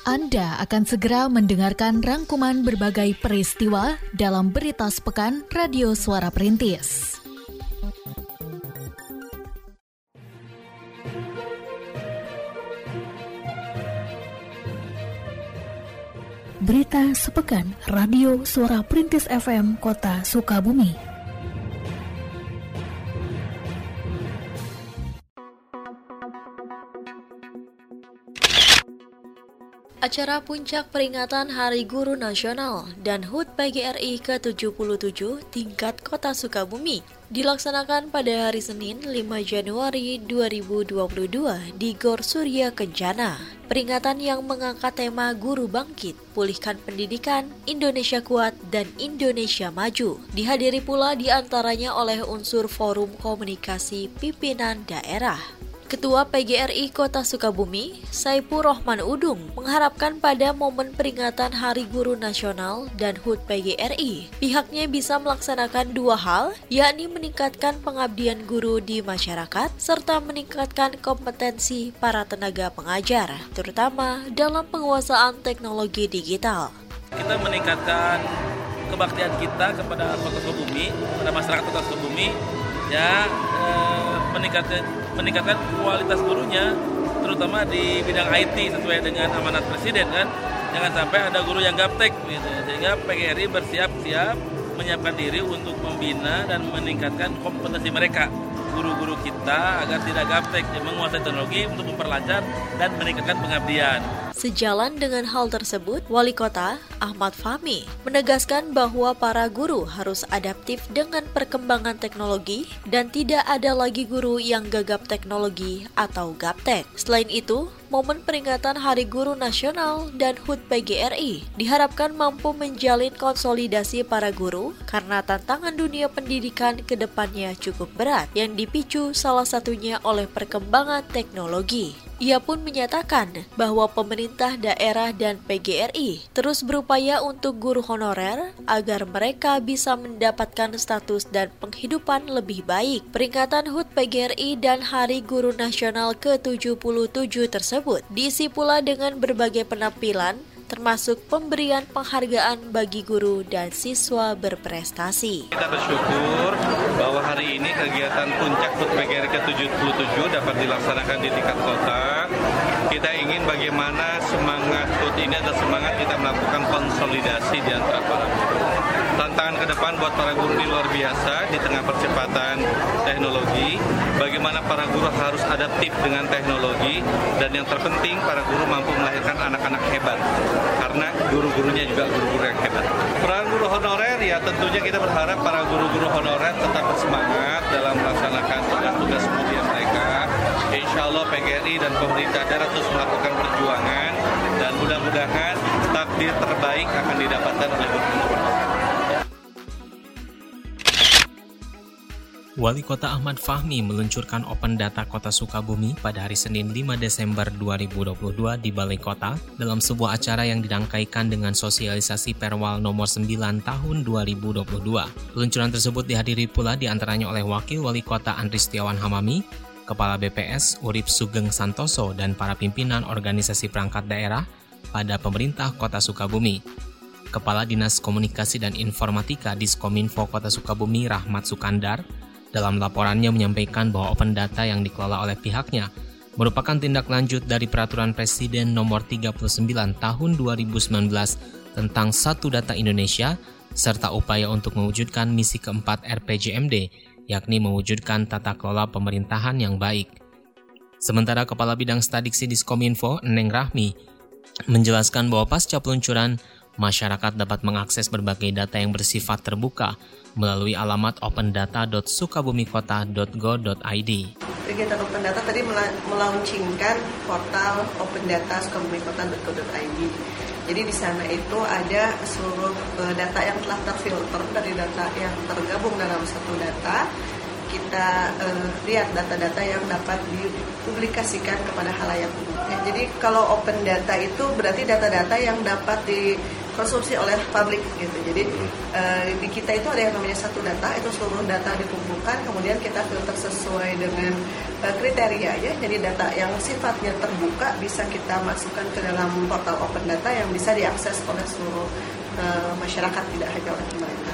Anda akan segera mendengarkan rangkuman berbagai peristiwa dalam Berita Sepekan Radio Suara Perintis. Berita Sepekan Radio Suara Perintis FM Kota Sukabumi. Acara puncak peringatan Hari Guru Nasional dan HUT PGRI ke-77 tingkat Kota Sukabumi dilaksanakan pada hari Senin 5 Januari 2022 di Gor Surya Kencana. Peringatan yang mengangkat tema Guru Bangkit, Pulihkan Pendidikan, Indonesia Kuat, dan Indonesia Maju. Dihadiri pula diantaranya oleh unsur Forum Komunikasi Pimpinan Daerah. Ketua PGRI Kota Sukabumi, Saipur Rohman Udung, mengharapkan pada momen peringatan Hari Guru Nasional dan HUT PGRI, pihaknya bisa melaksanakan dua hal, yakni meningkatkan pengabdian guru di masyarakat, serta meningkatkan kompetensi para tenaga pengajar, terutama dalam penguasaan teknologi digital. Kita meningkatkan kebaktian kita kepada Kota Sukabumi, pada masyarakat Kota Sukabumi, meningkatkan kualitas gurunya, terutama di bidang IT sesuai dengan amanat Presiden kan. Jangan sampai ada guru yang gaptek gitu. Sehingga PGRI bersiap-siap menyiapkan diri untuk membina dan meningkatkan kompetensi mereka, guru-guru kita, agar tidak gaptek, menguasai teknologi untuk memperlancar dan meningkatkan pengabdian. Sejalan dengan hal tersebut, Wali Kota Ahmad Fahmi menegaskan bahwa para guru harus adaptif dengan perkembangan teknologi dan tidak ada lagi guru yang gagap teknologi atau gaptek. Selain itu, momen peringatan Hari Guru Nasional dan HUT PGRI diharapkan mampu menjalin konsolidasi para guru karena tantangan dunia pendidikan ke depannya cukup berat yang dipicu salah satunya oleh perkembangan teknologi. Ia pun menyatakan bahwa pemerintah daerah dan PGRI terus berupaya untuk guru honorer agar mereka bisa mendapatkan status dan penghidupan lebih baik. Peringatan HUT PGRI dan Hari Guru Nasional ke-77 tersebut diisi pula dengan berbagai penampilan, termasuk pemberian penghargaan bagi guru dan siswa berprestasi. Kita bersyukur bahwa hari ini kegiatan puncak HUT PGRI ke-77 dapat dilaksanakan di tingkat kota. Kita ingin bagaimana semangat HUT ini adalah semangat kita melakukan konsolidasi di antara para guru. Tantangan ke depan buat para guru ini luar biasa di tengah percepatan teknologi. Bagaimana para guru harus adaptif dengan teknologi, dan yang terpenting para guru mampu melahirkan anak-anak hebat. Karena guru-gurunya juga guru-guru yang hebat. Peran guru honorer, ya tentunya kita berharap para guru-guru honorer tetap bersemangat dalam melaksanakan tugas-tugas mulia mereka. Insya Allah PGRI dan pemerintah daerah terus melakukan perjuangan, dan mudah-mudahan takdir terbaik akan didapatkan oleh guru-guru honorer. Wali Kota Ahmad Fahmi meluncurkan Open Data Kota Sukabumi pada hari Senin 5 Desember 2022 di Balai Kota dalam sebuah acara yang dirangkaikan dengan sosialisasi Perwal nomor 9 tahun 2022. Peluncuran tersebut dihadiri pula diantaranya oleh Wakil Wali Kota Andri Setiawan Hamami, Kepala BPS Urip Sugeng Santoso, dan para pimpinan organisasi perangkat daerah pada pemerintah Kota Sukabumi. Kepala Dinas Komunikasi dan Informatika Diskominfo Kota Sukabumi Rahmat Sukandar dalam laporannya menyampaikan bahwa open data yang dikelola oleh pihaknya merupakan tindak lanjut dari Peraturan Presiden Nomor 39 Tahun 2019 tentang Satu Data Indonesia, serta upaya untuk mewujudkan misi keempat RPJMD, yakni mewujudkan tata kelola pemerintahan yang baik. Sementara Kepala Bidang Stadiksi Diskominfo, Neng Rahmi, menjelaskan bahwa pasca peluncuran, masyarakat dapat mengakses berbagai data yang bersifat terbuka melalui alamat opendata.sukabumikota.go.id. Kegiatan Open Data tadi melaunchingkan portal opendata.sukabumikota.go.id. Jadi di sana itu ada seluruh data yang telah terfilter dari data yang tergabung dalam satu data. Kita lihat data-data yang dapat dipublikasikan kepada khalayak umum. Jadi kalau open data itu berarti data-data yang dapat konsumsi oleh publik gitu. Jadi di kita itu ada yang namanya satu data, itu seluruh data dikumpulkan, kemudian kita filter sesuai dengan kriteria ya. Jadi data yang sifatnya terbuka bisa kita masukkan ke dalam portal open data yang bisa diakses oleh seluruh masyarakat, tidak hanya oleh pemerintah.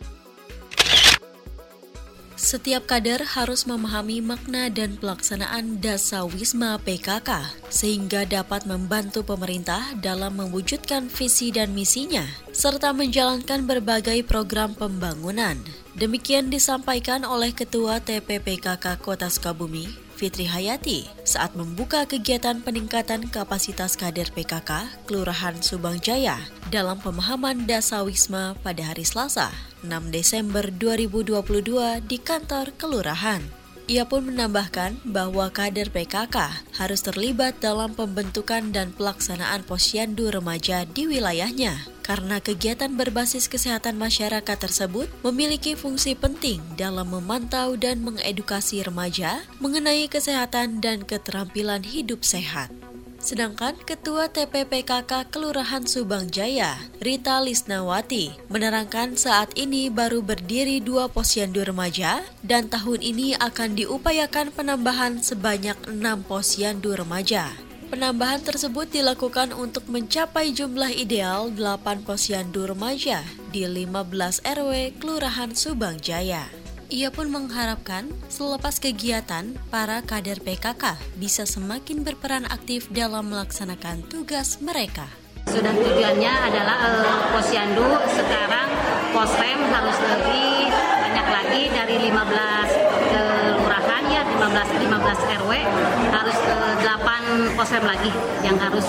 Setiap kader harus memahami makna dan pelaksanaan Dasawisma PKK sehingga dapat membantu pemerintah dalam mewujudkan visi dan misinya serta menjalankan berbagai program pembangunan. Demikian disampaikan oleh Ketua TPPKK Kota Sukabumi, Fitri Hayati, saat membuka kegiatan peningkatan kapasitas kader PKK Kelurahan Subang Jaya dalam pemahaman Dasawisma pada hari Selasa, 6 Desember 2022 di kantor kelurahan. Ia pun menambahkan bahwa kader PKK harus terlibat dalam pembentukan dan pelaksanaan posyandu remaja di wilayahnya karena kegiatan berbasis kesehatan masyarakat tersebut memiliki fungsi penting dalam memantau dan mengedukasi remaja mengenai kesehatan dan keterampilan hidup sehat. Sedangkan Ketua TPPKK Kelurahan Subang Jaya, Rita Lisnawati, menerangkan saat ini baru berdiri 2 posyandu remaja dan tahun ini akan diupayakan penambahan sebanyak 6 posyandu remaja. Penambahan tersebut dilakukan untuk mencapai jumlah ideal 8 posyandu remaja di 15 RW Kelurahan Subang Jaya. Ia pun mengharapkan selepas kegiatan, para kader PKK bisa semakin berperan aktif dalam melaksanakan tugas mereka. Sudah tujuannya adalah posyandu sekarang posrem harus lebih banyak lagi dari 15 kelurahan ya, 15 RW harus 8 posrem lagi yang harus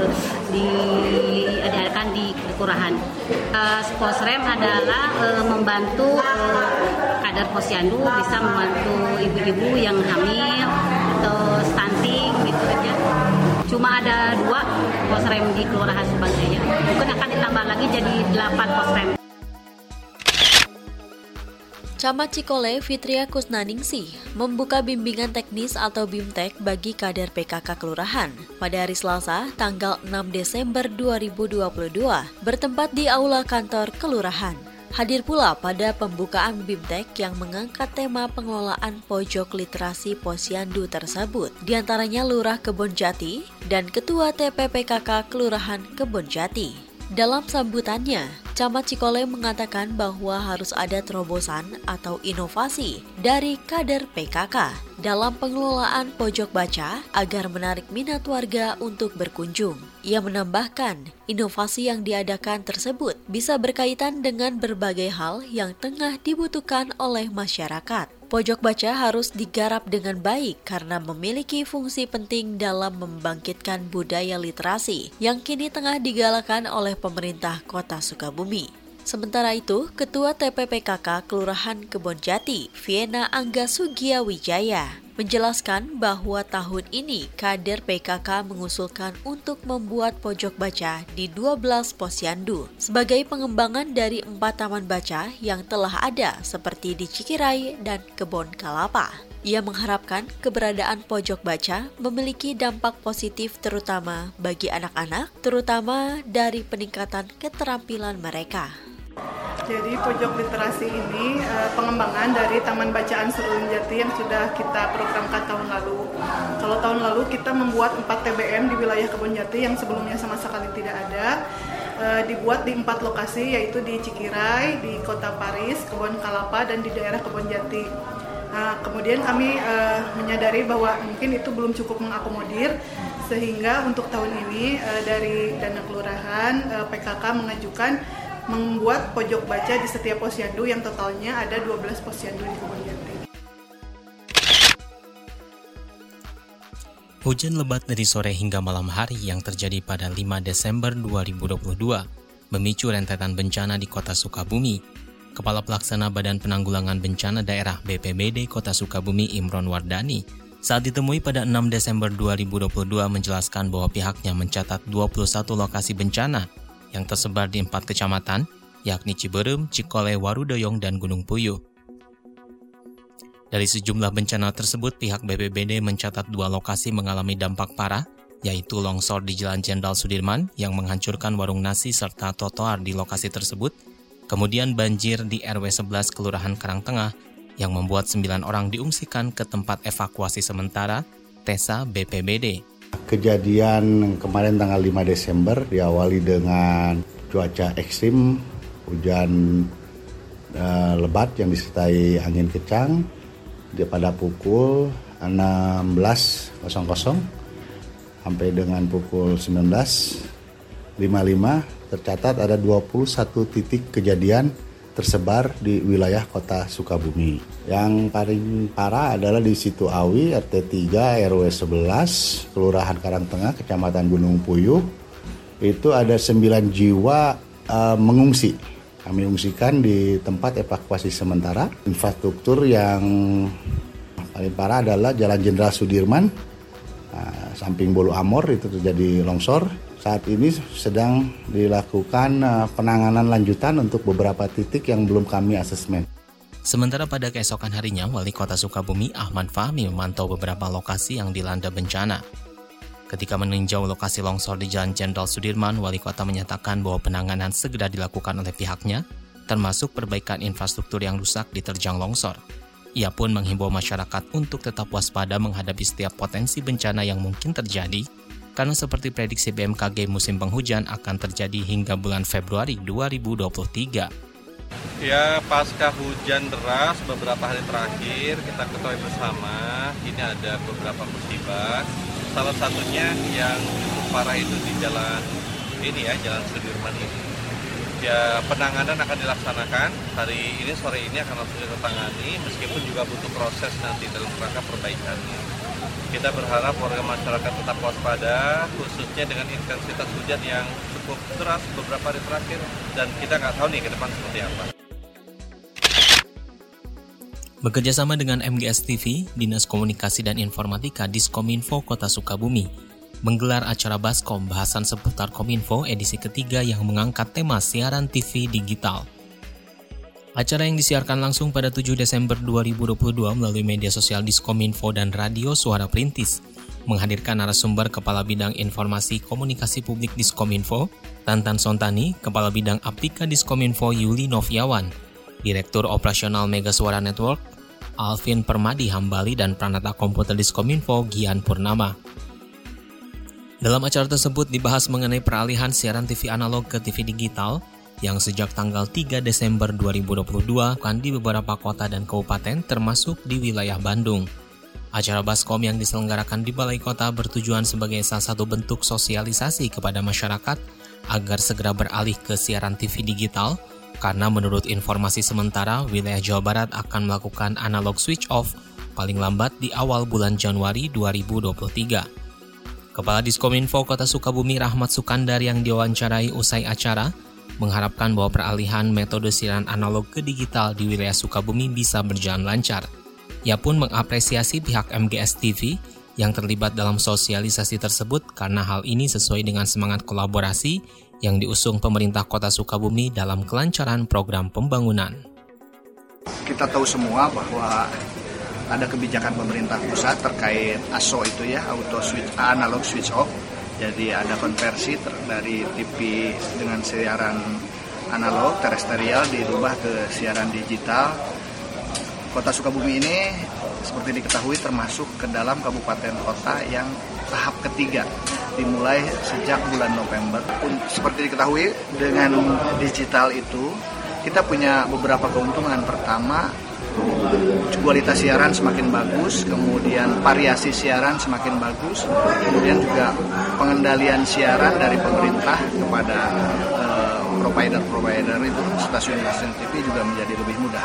diadakan di kelurahan. Posrem adalah membantu kader posyandu bisa membantu ibu-ibu yang hamil atau stunting gitu aja. Cuma ada 2 posrem di Kelurahan Subang Jaya. Mungkin akan ditambah lagi jadi 8 posrem. Camat Cikole Fitria Kusnaningsih membuka bimbingan teknis atau BIMTEK bagi kader PKK Kelurahan pada hari Selasa tanggal 6 Desember 2022 bertempat di Aula Kantor Kelurahan. Hadir pula pada pembukaan BIMTEK yang mengangkat tema pengelolaan pojok literasi posyandu tersebut, diantaranya Lurah Kebonjati dan Ketua TPPKK Kelurahan Kebonjati. Dalam sambutannya, Camat Cikole mengatakan bahwa harus ada terobosan atau inovasi dari kader PKK dalam pengelolaan pojok baca agar menarik minat warga untuk berkunjung. Ia menambahkan, inovasi yang diadakan tersebut bisa berkaitan dengan berbagai hal yang tengah dibutuhkan oleh masyarakat. Pojok baca harus digarap dengan baik karena memiliki fungsi penting dalam membangkitkan budaya literasi yang kini tengah digalakan oleh pemerintah Kota Sukabumi. Sementara itu, Ketua TPPKK Kelurahan Kebonjati, Viena Angga Sugiawijaya, menjelaskan bahwa tahun ini kader PKK mengusulkan untuk membuat pojok baca di 12 posyandu sebagai pengembangan dari 4 taman baca yang telah ada seperti di Cikirai dan Kebon Kalapa. Ia mengharapkan keberadaan pojok baca memiliki dampak positif terutama bagi anak-anak, terutama dari peningkatan keterampilan mereka. Jadi pojok literasi ini pengembangan dari Taman Bacaan Serulun Jati yang sudah kita programkan tahun lalu. Kalau tahun lalu kita membuat 4 TBM di wilayah Kebonjati yang sebelumnya sama sekali tidak ada. Dibuat di 4 lokasi yaitu di Cikirai, di Kota Paris, Kebon Kalapa, dan di daerah Kebonjati. Nah, kemudian kami menyadari bahwa mungkin itu belum cukup mengakomodir, sehingga untuk tahun ini dari dana kelurahan PKK mengajukan membuat pojok baca di setiap posyandu yang totalnya ada 12 posyandu di Kebonjati. Hujan lebat dari sore hingga malam hari yang terjadi pada 5 Desember 2022 memicu rentetan bencana di Kota Sukabumi. Kepala Pelaksana Badan Penanggulangan Bencana Daerah BPBD Kota Sukabumi Imron Wardani saat ditemui pada 6 Desember 2022 menjelaskan bahwa pihaknya mencatat 21 lokasi bencana yang tersebar di 4 kecamatan, yakni Ciberem, Cikole, Warudoyong, dan Gunung Puyuh. Dari sejumlah bencana tersebut, pihak BPBD mencatat 2 lokasi mengalami dampak parah, yaitu longsor di Jalan Jenderal Sudirman yang menghancurkan warung nasi serta trotoar di lokasi tersebut, kemudian banjir di RW 11 Kelurahan Karangtengah yang membuat 9 orang diungsikan ke tempat evakuasi sementara TESA BPBD. Kejadian kemarin tanggal 5 Desember diawali dengan cuaca ekstrim, hujan lebat yang disertai angin kencang pada pukul 16.00 sampai dengan pukul 19.55 tercatat ada 21 titik kejadian tersebar di wilayah kota Sukabumi. Yang paling parah adalah di Situ Awi, RT 3 RW 11, Kelurahan Karangtengah, Kecamatan Gunung Puyuh. Itu ada 9 jiwa mengungsi. Kami ungsikan di tempat evakuasi sementara. Infrastruktur yang paling parah adalah Jalan Jenderal Sudirman, samping Bolu Amor itu terjadi longsor. Saat ini sedang dilakukan penanganan lanjutan untuk beberapa titik yang belum kami asesmen. Sementara pada keesokan harinya, Wali Kota Sukabumi Ahmad Fahmi memantau beberapa lokasi yang dilanda bencana. Ketika meninjau lokasi longsor di Jalan Jenderal Sudirman, Wali Kota menyatakan bahwa penanganan segera dilakukan oleh pihaknya, termasuk perbaikan infrastruktur yang rusak diterjang longsor. Ia pun menghimbau masyarakat untuk tetap waspada menghadapi setiap potensi bencana yang mungkin terjadi, karena seperti prediksi BMKG musim penghujan akan terjadi hingga bulan Februari 2023. Ya, pasca hujan deras beberapa hari terakhir, kita ketahui bersama ini ada beberapa musibah. Salah satunya yang parah itu di jalan Sudirman ini. Ya, penanganan akan dilaksanakan hari ini, sore ini akan langsung ditangani, meskipun juga butuh proses nanti dalam rangka perbaikannya. Kita berharap warga masyarakat tetap waspada, khususnya dengan intensitas hujan yang cukup deras beberapa hari terakhir, dan kita nggak tahu nih ke depan seperti apa. Bekerjasama dengan MGS TV, Dinas Komunikasi dan Informatika Diskominfo Kota Sukabumi menggelar acara Baskom bahasan seputar Kominfo edisi ketiga yang mengangkat tema siaran TV digital. Acara yang disiarkan langsung pada 7 Desember 2022 melalui media sosial Diskominfo dan Radio Suara Perintis menghadirkan narasumber Kepala Bidang Informasi Komunikasi Publik Diskominfo, Tantan Sontani, Kepala Bidang Aptika Diskominfo Yuli Noviawan, Direktur Operasional Mega Suara Network Alvin Permadi Hambali, dan Pranata Komputer Diskominfo Gian Purnama. Dalam acara tersebut dibahas mengenai peralihan siaran TV analog ke TV digital yang sejak tanggal 3 Desember 2022 akan di beberapa kota dan kabupaten termasuk di wilayah Bandung. Acara Baskom yang diselenggarakan di Balai Kota bertujuan sebagai salah satu bentuk sosialisasi kepada masyarakat agar segera beralih ke siaran TV digital, karena menurut informasi sementara, wilayah Jawa Barat akan melakukan analog switch off paling lambat di awal bulan Januari 2023. Kepala Diskominfo Kota Sukabumi Rahmat Sukandar yang diwawancarai usai acara mengharapkan bahwa peralihan metode siaran analog ke digital di wilayah Sukabumi bisa berjalan lancar. Ia pun mengapresiasi pihak MGS TV yang terlibat dalam sosialisasi tersebut karena hal ini sesuai dengan semangat kolaborasi yang diusung pemerintah Kota Sukabumi dalam kelancaran program pembangunan. Kita tahu semua bahwa ada kebijakan pemerintah pusat terkait ASO itu ya, analog switch off. Jadi ada konversi dari TV dengan siaran analog terestrial dirubah ke siaran digital. Kota Sukabumi ini seperti diketahui termasuk ke dalam kabupaten kota yang tahap ketiga, dimulai sejak bulan November. Seperti diketahui dengan digital itu kita punya beberapa keuntungan. Pertama, kualitas siaran semakin bagus, kemudian variasi siaran semakin bagus, kemudian juga pengendalian siaran dari pemerintah kepada provider itu, stasiun-stasiun TV juga menjadi lebih mudah.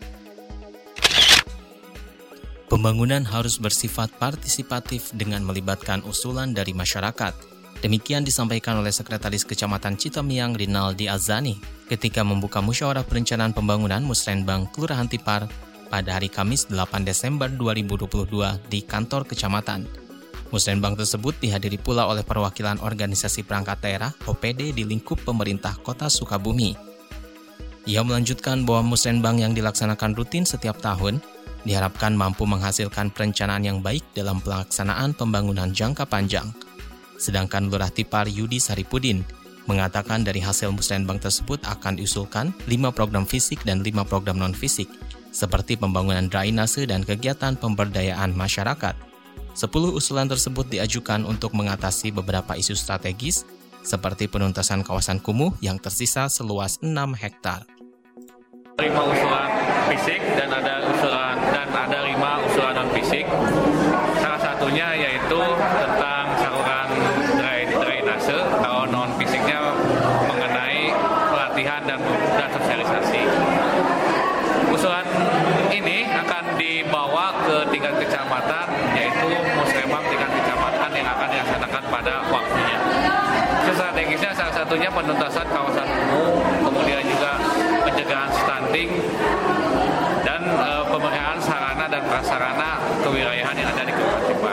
Pembangunan harus bersifat partisipatif dengan melibatkan usulan dari masyarakat. Demikian disampaikan oleh Sekretaris Kecamatan Citamiang Rinaldi Azani ketika membuka musyawarah perencanaan pembangunan Musrenbang Kelurahan Tipar pada hari Kamis 8 Desember 2022 di kantor kecamatan. Musrenbang tersebut dihadiri pula oleh perwakilan organisasi perangkat daerah OPD di lingkup pemerintah Kota Sukabumi. Ia melanjutkan bahwa musrenbang yang dilaksanakan rutin setiap tahun diharapkan mampu menghasilkan perencanaan yang baik dalam pelaksanaan pembangunan jangka panjang. Sedangkan Lurah Tipar Yudi Saripudin mengatakan dari hasil musrenbang tersebut akan diusulkan 5 program fisik dan 5 program non-fisik, seperti pembangunan drainase dan kegiatan pemberdayaan masyarakat. 10 usulan tersebut diajukan untuk mengatasi beberapa isu strategis, seperti penuntasan kawasan kumuh yang tersisa seluas 6 hektar. 5 usulan fisik dan ada 5 usulan non-fisik. Salah satunya yaitu tentang saluran drainase, kalau non-fisiknya mengenai pelatihan dan sosialisasi. Usulan ini akan dibawa ke tingkat kecamatan, yaitu musrenbang tingkat kecamatan yang akan dilaksanakan pada waktunya. Strategisnya salah satunya penuntasan kawasan kumuh, kemudian juga pencegahan stunting, dan pemeliharaan sarana dan prasarana kewilayahan yang ada di Kabupaten Tipar.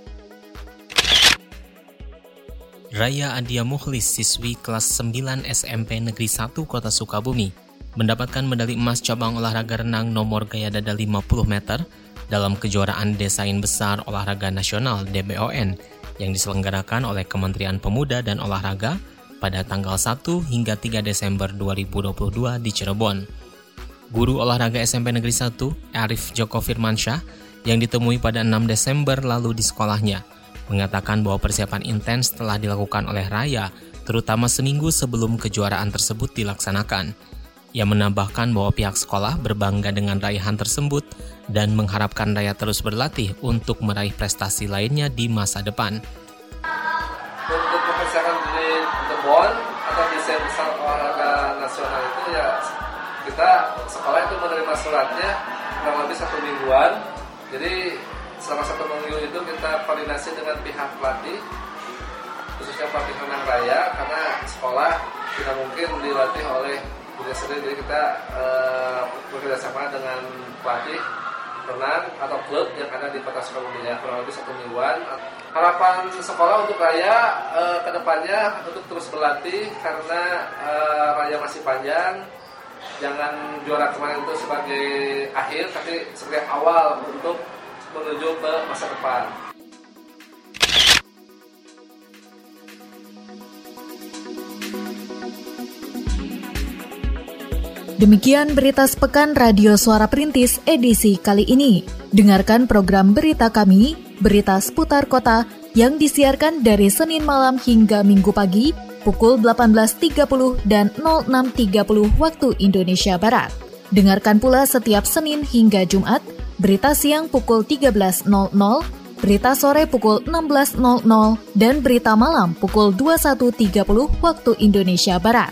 Raya Adia Mukhlis, siswi kelas 9 SMP Negeri 1 Kota Sukabumi, mendapatkan medali emas cabang olahraga renang nomor gaya dada 50 meter dalam kejuaraan Desain Besar Olahraga Nasional DBON yang diselenggarakan oleh Kementerian Pemuda dan Olahraga pada tanggal 1 hingga 3 Desember 2022 di Cirebon. Guru olahraga SMP Negeri 1, Arif Joko Firmansyah, yang ditemui pada 6 Desember lalu di sekolahnya, mengatakan bahwa persiapan intens telah dilakukan oleh Raya, terutama seminggu sebelum kejuaraan tersebut dilaksanakan. Ia menambahkan bahwa pihak sekolah berbangga dengan raihan tersebut dan mengharapkan Raya terus berlatih untuk meraih prestasi lainnya di masa depan. Untuk persiapan di DBON atau Desain Besar Olahraga Nasional itu ya kita sekolah itu menerima suratnya kurang lebih 1 mingguan. Jadi selama 1 minggu itu kita koordinasi dengan pihak pelatih, khususnya pelatih renang Raya, karena sekolah tidak mungkin dilatih oleh diri sendiri. Jadi kita bekerjasama dengan pelatih renang atau klub yang ada di Kota Sukabumi, kurang lebih 1 mingguan. Harapan sekolah untuk Raya ke depannya untuk terus berlatih, karena Raya masih panjang. Jangan juara kemarin itu sebagai akhir, tapi sebagai awal untuk menuju ke masa depan. Demikian berita sepekan Radio Suara Perintis edisi kali ini. Dengarkan program berita kami, berita seputar kota, yang disiarkan dari Senin malam hingga Minggu pagi, pukul 18.30 dan 06.30 waktu Indonesia Barat. Dengarkan pula setiap Senin hingga Jumat, berita siang pukul 13.00, berita sore pukul 16.00, dan berita malam pukul 21.30 waktu Indonesia Barat.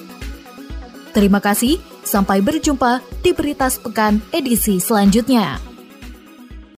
Terima kasih, sampai berjumpa di Berita Sepekan edisi selanjutnya.